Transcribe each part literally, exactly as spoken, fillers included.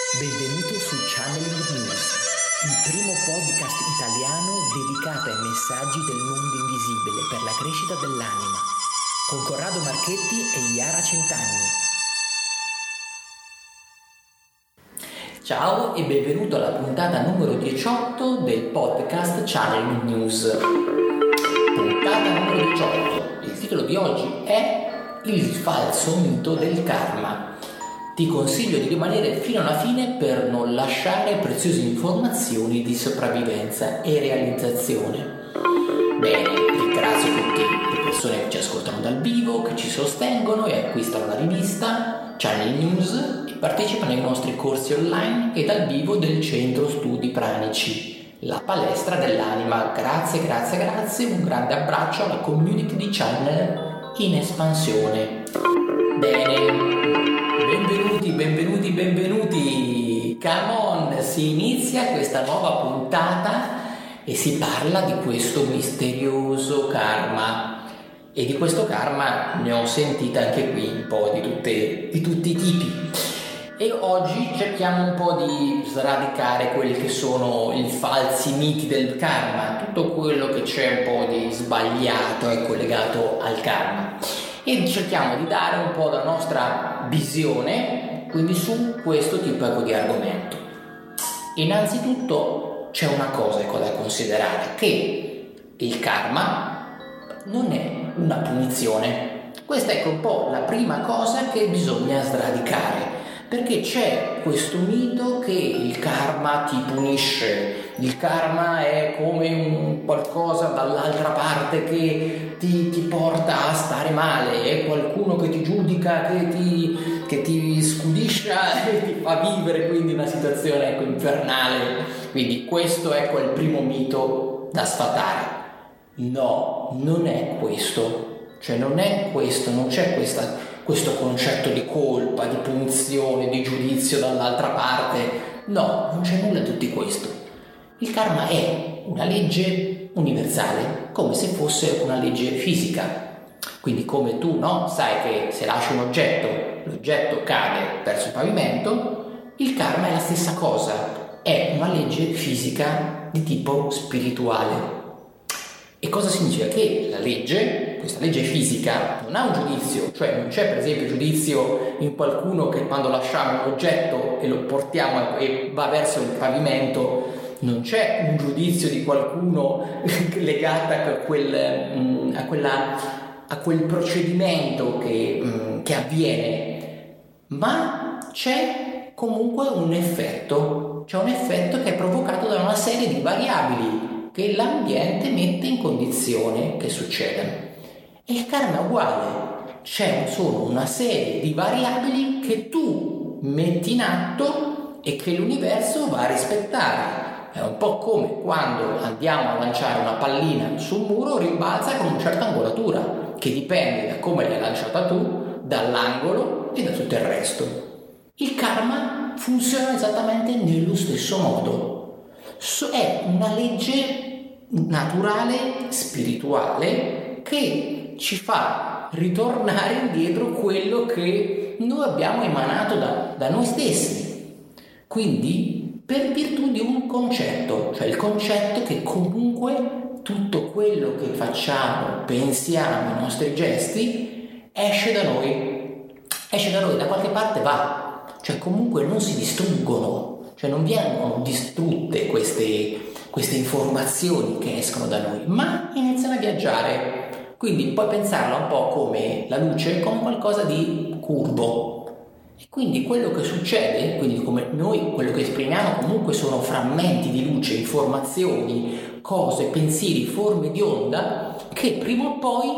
Benvenuto su Channeling News, il primo podcast italiano dedicato ai messaggi del mondo invisibile per la crescita dell'anima, con Corrado Marchetti e Yara Centanni. Ciao e benvenuto alla puntata numero diciotto del podcast Channeling News. Puntata numero diciotto. Il titolo di oggi è Il falso mito del karma. Ti consiglio di rimanere fino alla fine per non lasciare preziose informazioni di sopravvivenza e realizzazione. Bene, ringrazio tutte le persone che ci ascoltano dal vivo, che ci sostengono e acquistano la rivista Channeling News e partecipano ai nostri corsi online e dal vivo del Centro Studi Pranici, la palestra dell'anima. Grazie, grazie, grazie. Un grande abbraccio alla community di Channel in espansione. Bene. Benvenuti, benvenuti, benvenuti! Come on! Si inizia questa nuova puntata e si parla di questo misterioso karma. E di questo karma ne ho sentita anche qui un po' di, tutte, di tutti i tipi. E oggi cerchiamo un po' di sradicare quelli che sono i falsi miti del karma, tutto quello che c'è un po' di sbagliato e collegato al karma. E cerchiamo di dare un po' la nostra visione quindi su questo tipo di argomento. Innanzitutto c'è una cosa ecco, da considerare, che il karma non è una punizione. Questa è un po' la prima cosa che bisogna sradicare, perché c'è questo mito che il karma ti punisce, il karma è come un qualcosa dall'altra parte che ti, ti porta a stare male, è qualcuno che ti giudica, che ti, che ti scudiscia e ti fa vivere quindi una situazione ecco, infernale. Quindi questo ecco, è il primo mito da sfatare. No, non è questo, cioè non è questo, non c'è questa questo concetto di colpa, di punizione, di giudizio dall'altra parte. No, non c'è nulla di tutto questo. Il karma è una legge universale, come se fosse una legge fisica. Quindi come tu no, sai che se lasci un oggetto, l'oggetto cade verso il pavimento, il karma è la stessa cosa, è una legge fisica di tipo spirituale. E cosa significa? Che la legge, questa legge fisica, non ha un giudizio, cioè non c'è per esempio giudizio in qualcuno che quando lasciamo un oggetto e lo portiamo e va verso il pavimento, non c'è un giudizio di qualcuno legato a quel, a quella, a quel procedimento che, che avviene, ma c'è comunque un effetto, c'è un effetto che è provocato da una serie di variabili che l'ambiente mette in condizione che succedano. E il karma è uguale, c'è solo una serie di variabili che tu metti in atto e che l'universo va a rispettare. È un po' come quando andiamo a lanciare una pallina su un muro, rimbalza con una certa angolatura, che dipende da come l'hai lanciata tu, dall'angolo e da tutto il resto. Il karma funziona esattamente nello stesso modo. È una legge naturale, spirituale, che ci fa ritornare indietro quello che noi abbiamo emanato da, da noi stessi. Quindi per virtù di un concetto, cioè il concetto che comunque tutto quello che facciamo, pensiamo, i nostri gesti, esce da noi, esce da noi, da qualche parte va, cioè comunque non si distruggono. Cioè non vengono distrutte queste, queste informazioni che escono da noi, ma iniziano a viaggiare. Quindi puoi pensarla un po' come la luce, come qualcosa di curvo. E quindi quello che succede, quindi come noi quello che esprimiamo comunque sono frammenti di luce, informazioni, cose, pensieri, forme di onda, che prima o poi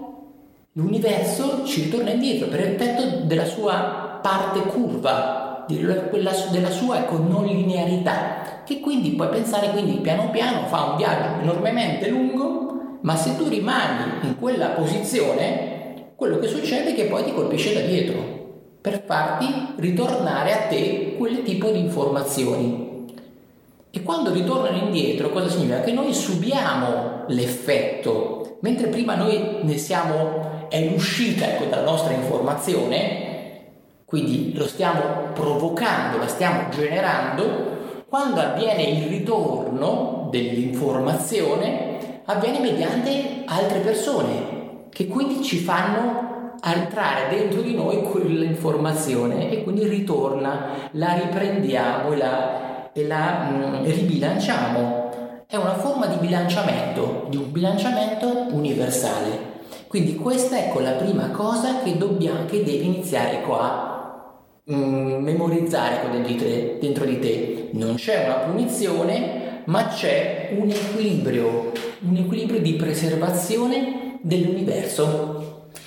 l'universo ci ritorna indietro per effetto della sua parte curva, quella della sua ecco, non linearità, che quindi puoi pensare quindi piano piano fa un viaggio enormemente lungo, ma se tu rimani in quella posizione, quello che succede è che poi ti colpisce da dietro per farti ritornare a te quel tipo di informazioni. E quando ritornano indietro cosa significa? Che noi subiamo l'effetto, mentre prima noi ne siamo è l'uscita ecco, dalla nostra informazione. quindi lo stiamo provocando, la stiamo generando, quando avviene il ritorno dell'informazione avviene mediante altre persone che quindi ci fanno entrare dentro di noi quell'informazione e quindi ritorna, la riprendiamo e la, e la mh, ribilanciamo. È una forma di bilanciamento, di un bilanciamento universale. Quindi questa è ecco, la prima cosa che dobbiamo, che devi iniziare qua a mm, memorizzare dentro di te, dentro di te. Non c'è una punizione, ma c'è un equilibrio, un equilibrio di preservazione dell'universo.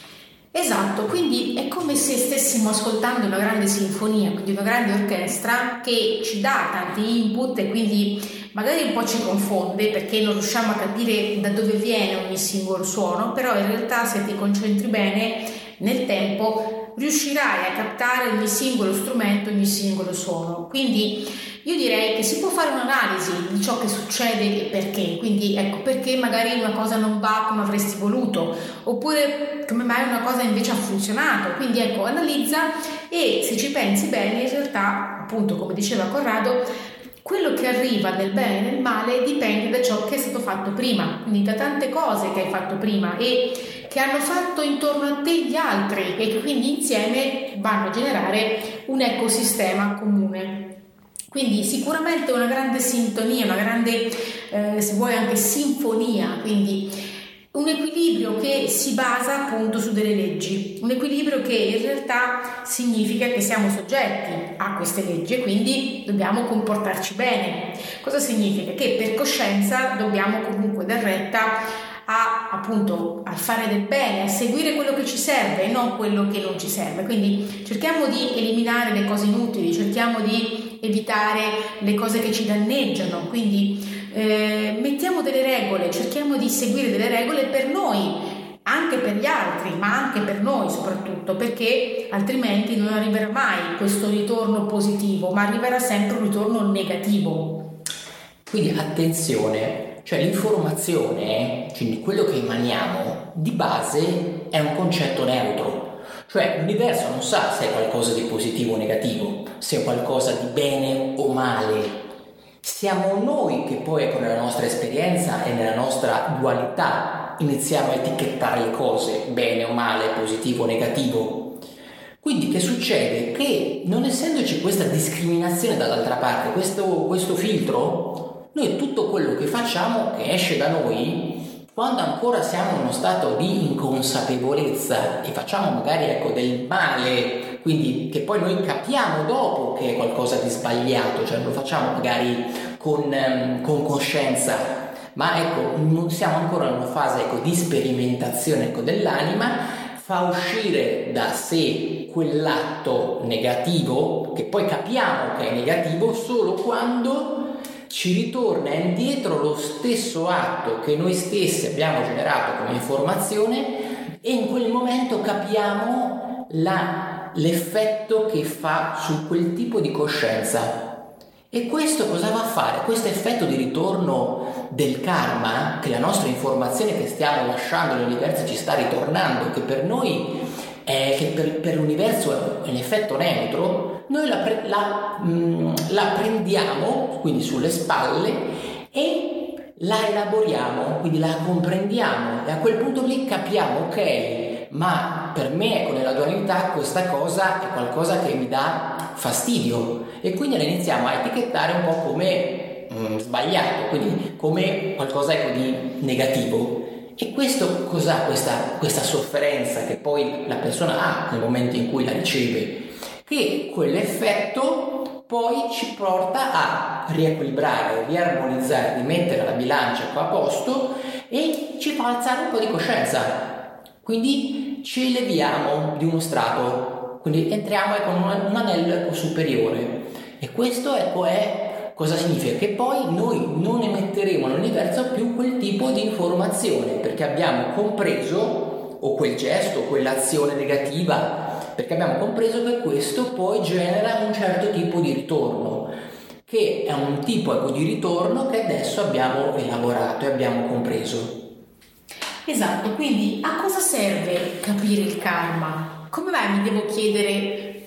Esatto, quindi è come se stessimo ascoltando una grande sinfonia, quindi una grande orchestra che ci dà tanti input e quindi magari un po' ci confonde perché non riusciamo a capire da dove viene ogni singolo suono, però in realtà se ti concentri bene nel tempo riuscirai a captare ogni singolo strumento, ogni singolo suono. Quindi io direi che si può fare un'analisi di ciò che succede e perché, quindi ecco perché magari una cosa non va come avresti voluto, oppure come mai una cosa invece ha funzionato, quindi ecco analizza e se ci pensi bene in realtà appunto come diceva Corrado quello che arriva nel bene e nel male dipende da ciò che è stato fatto prima, quindi da tante cose che hai fatto prima e che hanno fatto intorno a te gli altri e che quindi insieme vanno a generare un ecosistema comune. Quindi sicuramente una grande sintonia, una grande, eh, se vuoi anche sinfonia, quindi un equilibrio che si basa appunto su delle leggi, un equilibrio che in realtà significa che siamo soggetti a queste leggi e quindi dobbiamo comportarci bene. Cosa significa? Che per coscienza dobbiamo comunque dar retta a appunto a fare del bene, a seguire quello che ci serve e non quello che non ci serve. Quindi cerchiamo di eliminare le cose inutili, cerchiamo di evitare le cose che ci danneggiano, quindi eh, mettiamo delle regole, cerchiamo di seguire delle regole per noi, anche per gli altri, ma anche per noi soprattutto, perché altrimenti non arriverà mai questo ritorno positivo, ma arriverà sempre un ritorno negativo. Quindi attenzione, cioè l'informazione, quindi quello che emaniamo, di base è un concetto neutro. Cioè l'universo non sa se è qualcosa di positivo o negativo, se è qualcosa di bene o male. Siamo noi che poi con la nostra esperienza e nella nostra dualità iniziamo a etichettare le cose, bene o male, positivo o negativo. Quindi che succede? Che non essendoci questa discriminazione dall'altra parte, questo, questo filtro, noi tutto quello che facciamo, che esce da noi, quando ancora siamo in uno stato di inconsapevolezza e facciamo magari ecco del male, quindi che poi noi capiamo dopo che è qualcosa di sbagliato, cioè lo facciamo magari con, um, con coscienza, ma ecco non siamo ancora in una fase ecco, di sperimentazione ecco, dell'anima, fa uscire da sé quell'atto negativo, che poi capiamo che è negativo solo quando ci ritorna indietro lo stesso atto che noi stessi abbiamo generato come informazione e in quel momento capiamo la, l'effetto che fa su quel tipo di coscienza. E questo cosa va a fare? Questo effetto di ritorno del karma, che la nostra informazione che stiamo lasciando nell'universo ci sta ritornando, che per noi è, che per, per l'universo è un effetto neutro, noi la, pre, la, mh, la prendiamo quindi sulle spalle e la elaboriamo, quindi la comprendiamo e a quel punto lì capiamo ok, ma per me ecco nella dualità questa cosa è qualcosa che mi dà fastidio e quindi la iniziamo a etichettare un po' come mh, sbagliato, quindi come qualcosa ecco di negativo. E questo cos'ha questa, questa sofferenza che poi la persona ha nel momento in cui la riceve? Che quell'effetto poi ci porta a riequilibrare, riarmonizzare, rimettere la bilancia qua a posto e ci fa alzare un po' di coscienza. Quindi ci eleviamo di uno strato, quindi entriamo con un, un anello superiore. E questo ecco è cosa significa? Che poi noi non emetteremo all'universo più quel tipo di informazione perché abbiamo compreso, o quel gesto, o quell'azione negativa, perché abbiamo compreso che questo poi genera un certo tipo di ritorno, che è un tipo ecco, di ritorno che adesso abbiamo elaborato e abbiamo compreso. Esatto, quindi a cosa serve capire il karma? Come mai mi devo chiedere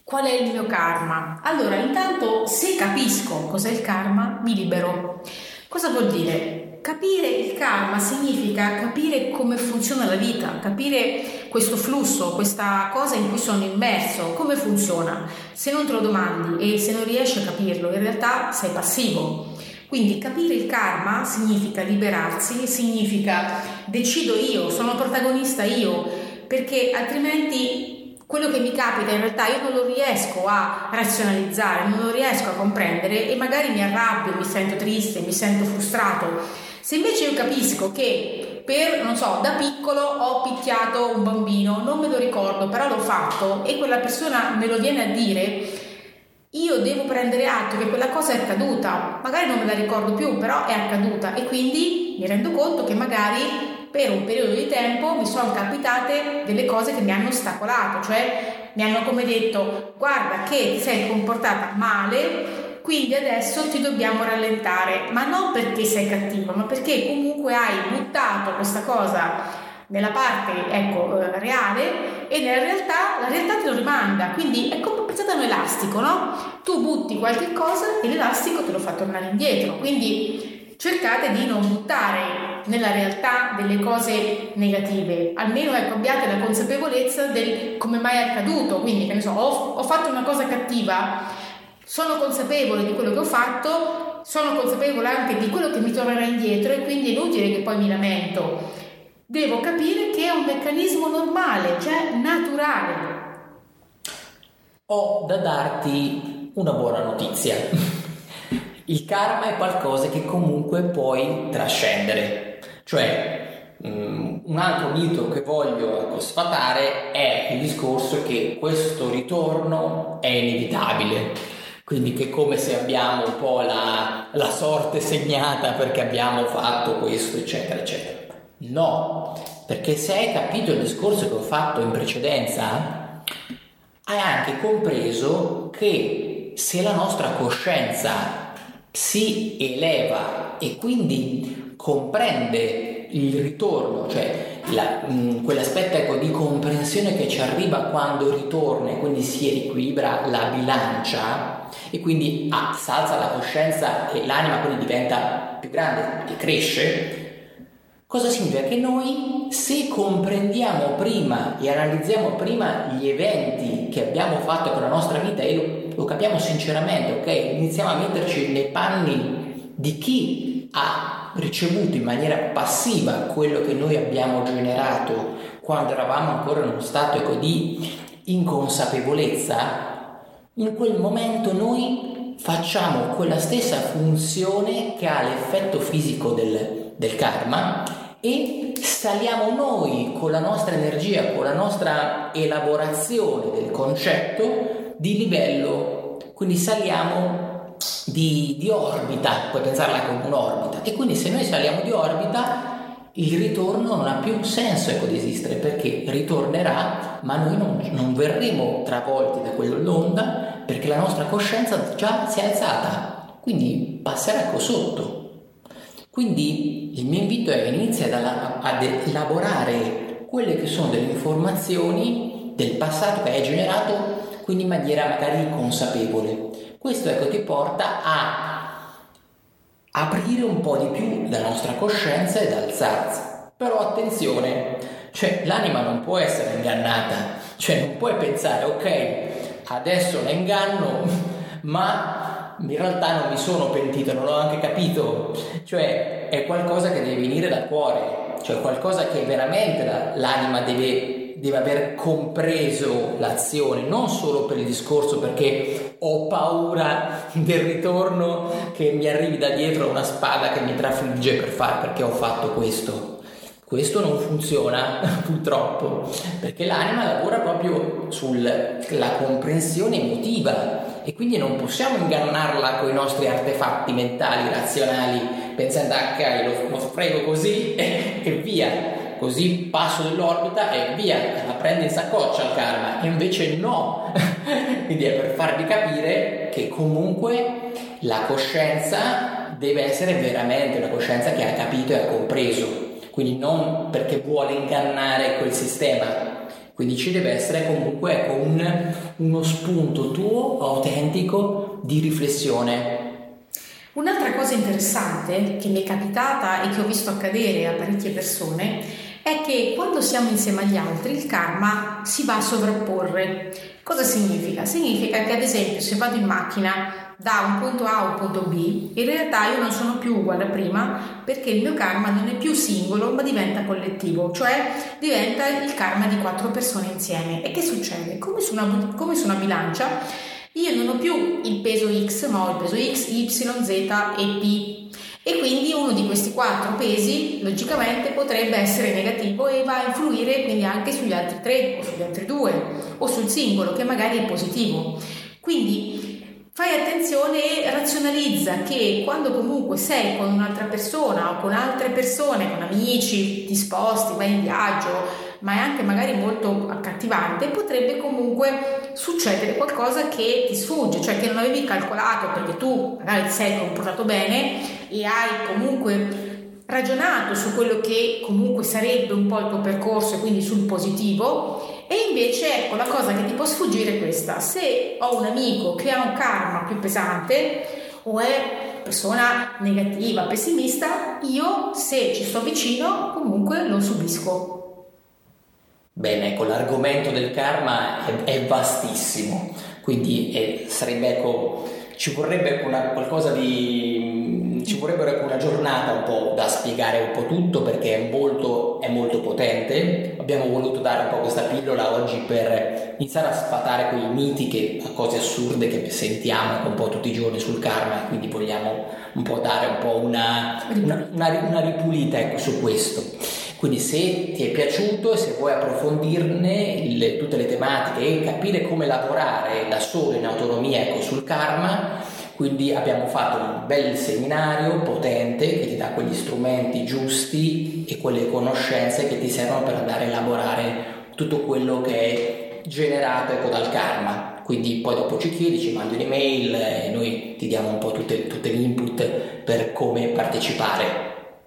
Qual è il mio karma? Allora, intanto, se capisco cos'è il karma, mi libero. Cosa vuol dire? Capire il karma significa capire come funziona la vita, capire questo flusso, questa cosa in cui sono immerso, come funziona. Se non te lo domandi e se non riesci a capirlo, in realtà sei passivo. Quindi capire il karma significa liberarsi, significa decido io, sono protagonista io, perché altrimenti quello che mi capita in realtà io non lo riesco a razionalizzare, non lo riesco a comprendere e magari mi arrabbio, mi sento triste, mi sento frustrato. Se invece io capisco che per, non so, da piccolo ho picchiato un bambino, non me lo ricordo, però l'ho fatto e quella persona me lo viene a dire, io devo prendere atto che quella cosa è accaduta, magari non me la ricordo più, però è accaduta e quindi mi rendo conto che magari per un periodo di tempo mi sono capitate delle cose che mi hanno ostacolato, cioè mi hanno come detto guarda che ti sei comportata male, quindi adesso ti dobbiamo rallentare, ma non perché sei cattivo, ma perché comunque hai buttato questa cosa nella parte ecco reale e nella realtà la realtà te lo rimanda, quindi è come pensate a un elastico, no? Tu butti qualche cosa e l'elastico te lo fa tornare indietro, quindi cercate di non buttare nella realtà delle cose negative, almeno ecco abbiate la consapevolezza del come mai è accaduto, quindi che ne so, ho, ho fatto una cosa cattiva, sono consapevole di quello che ho fatto, sono consapevole anche di quello che mi tornerà indietro e quindi è inutile che poi mi lamento, devo capire che è un meccanismo normale, cioè naturale. Ho da darti una buona notizia. Il karma è qualcosa che comunque puoi trascendere, cioè um, un altro mito che voglio sfatare è il discorso che questo ritorno è inevitabile, quindi che è come se abbiamo un po' la, la sorte segnata perché abbiamo fatto questo eccetera eccetera. No, perché se hai capito il discorso che ho fatto in precedenza, hai anche compreso che se la nostra coscienza si eleva e quindi comprende il ritorno, cioè la, mh, quell'aspetto ecco, di comprensione che ci arriva quando il ritorno e quindi si riequilibra la bilancia e quindi ah, si alza la coscienza e l'anima quindi diventa più grande e cresce. Cosa significa? Che noi se comprendiamo prima e analizziamo prima gli eventi che abbiamo fatto con la nostra vita e lo, lo capiamo sinceramente, ok? Iniziamo a metterci nei panni di chi ha ricevuto in maniera passiva quello che noi abbiamo generato quando eravamo ancora in uno stato ecco, di inconsapevolezza, in quel momento noi facciamo quella stessa funzione che ha l'effetto fisico del, del karma e saliamo noi con la nostra energia, con la nostra elaborazione del concetto di livello, quindi saliamo di, di orbita, puoi pensarla come un'orbita e quindi se noi saliamo di orbita il ritorno non ha più senso ecco, di esistere perché ritornerà ma noi non, non verremo travolti da quell'onda perché la nostra coscienza già si è alzata, quindi passerà ecco sotto. Quindi il mio invito è inizia ad elaborare quelle che sono delle informazioni del passato che hai generato, quindi in maniera magari consapevole. Questo ecco ti porta a aprire un po' di più la nostra coscienza ed alzarsi. Però attenzione, cioè l'anima non può essere ingannata, cioè non puoi pensare ok, adesso la inganno, ma in realtà non mi sono pentito, non l'ho anche capito, cioè è qualcosa che deve venire dal cuore, cioè qualcosa che veramente la, l'anima deve, deve aver compreso l'azione, non solo per il discorso perché ho paura del ritorno che mi arrivi da dietro una spada che mi trafigge per fare perché ho fatto questo. Questo non funziona purtroppo perché l'anima lavora proprio sulla comprensione emotiva e quindi non possiamo ingannarla con i nostri artefatti mentali, razionali, pensando ok, lo, lo frego così e, e via, così passo dell'orbita e via, la prende in saccoccia il karma, e invece no. Quindi è per farvi capire che comunque la coscienza deve essere veramente una coscienza che ha capito e ha compreso, quindi non perché vuole ingannare quel sistema. Quindi ci deve essere comunque ecco, un, uno spunto tuo autentico di riflessione. Un'altra cosa interessante che mi è capitata e che ho visto accadere a parecchie persone è che quando siamo insieme agli altri il karma si va a sovrapporre. Cosa significa? Significa che ad esempio se vado in macchina da un punto A a un punto B, in realtà io non sono più uguale a prima perché il mio karma non è più singolo ma diventa collettivo, cioè diventa il karma di quattro persone insieme. E che succede? Come su una, come su una bilancia, io non ho più il peso X, ma ho il peso X, Y, Z e P. E quindi uno di questi quattro pesi logicamente potrebbe essere negativo e va a influire quindi anche sugli altri tre o sugli altri due o sul singolo che magari è positivo. Quindi fai attenzione e razionalizza che quando comunque sei con un'altra persona o con altre persone, con amici, ti sposti, vai in viaggio, ma è anche magari molto accattivante, potrebbe comunque succedere qualcosa che ti sfugge, cioè che non avevi calcolato perché tu magari ti sei comportato bene e hai comunque ragionato su quello che comunque sarebbe un po' il tuo percorso e quindi sul positivo. E invece ecco la cosa che ti può sfuggire è questa: se ho un amico che ha un karma più pesante o è persona negativa, pessimista, io se ci sto vicino comunque lo subisco. Bene, ecco, l'argomento del karma è, è vastissimo, quindi è, sarebbe, ecco, ci vorrebbe una, qualcosa di, ci vorrebbe ecco, una giornata un po' da spiegare un po' tutto perché è molto, è molto potente. Abbiamo voluto dare un po' questa pillola oggi per iniziare a sfatare quei miti, che, cose assurde che sentiamo un po' tutti i giorni sul karma, e quindi vogliamo un po' dare un po' una, una, una, una ripulita ecco, su questo. Quindi se ti è piaciuto e se vuoi approfondirne le, tutte le tematiche e capire come lavorare da solo in autonomia ecco, sul karma, quindi abbiamo fatto un bel seminario potente che ti dà quegli strumenti giusti e quelle conoscenze che ti servono per andare a elaborare tutto quello che è generato ecco, dal karma. Quindi poi dopo ci chiedi, ci mandi un'email e noi ti diamo un po' tutte, tutte gli input per come partecipare.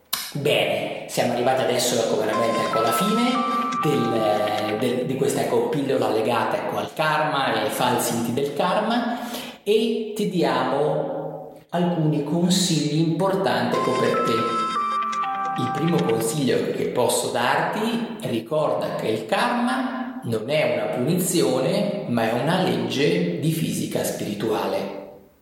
Bene, siamo arrivati adesso ecco, veramente ecco, alla fine del, del, di questa ecco, pillola legata ecco, al karma e ai falsi miti del karma, e ti diamo alcuni consigli importanti ecco, per te. Il primo consiglio che posso darti: ricorda che il karma non è una punizione ma è una legge di fisica spirituale.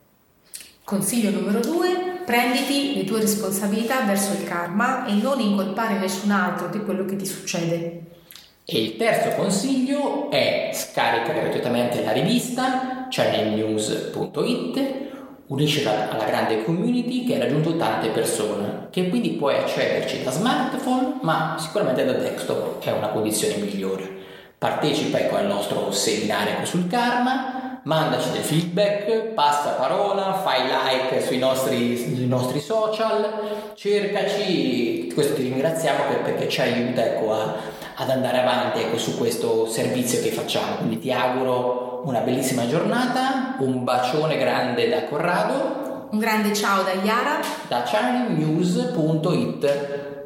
Consiglio numero due: prenditi le tue responsabilità verso il karma e non incolpare nessun altro di quello che ti succede. E il terzo consiglio è: scarica gratuitamente la rivista channel news punto it, uniscila alla grande community che ha raggiunto tante persone, che quindi puoi accederci da smartphone, ma sicuramente da desktop è una condizione migliore. Partecipa ecco, al nostro seminario sul karma, mandaci del feedback, passa parola, fai like sui nostri, sui nostri social, cercaci. Questo ti ringraziamo per, perché ci aiuta ecco, a, ad andare avanti ecco, su questo servizio che facciamo. Quindi ti auguro una bellissima giornata, un bacione grande da Corrado, un grande ciao da Iara, da channel news punto it.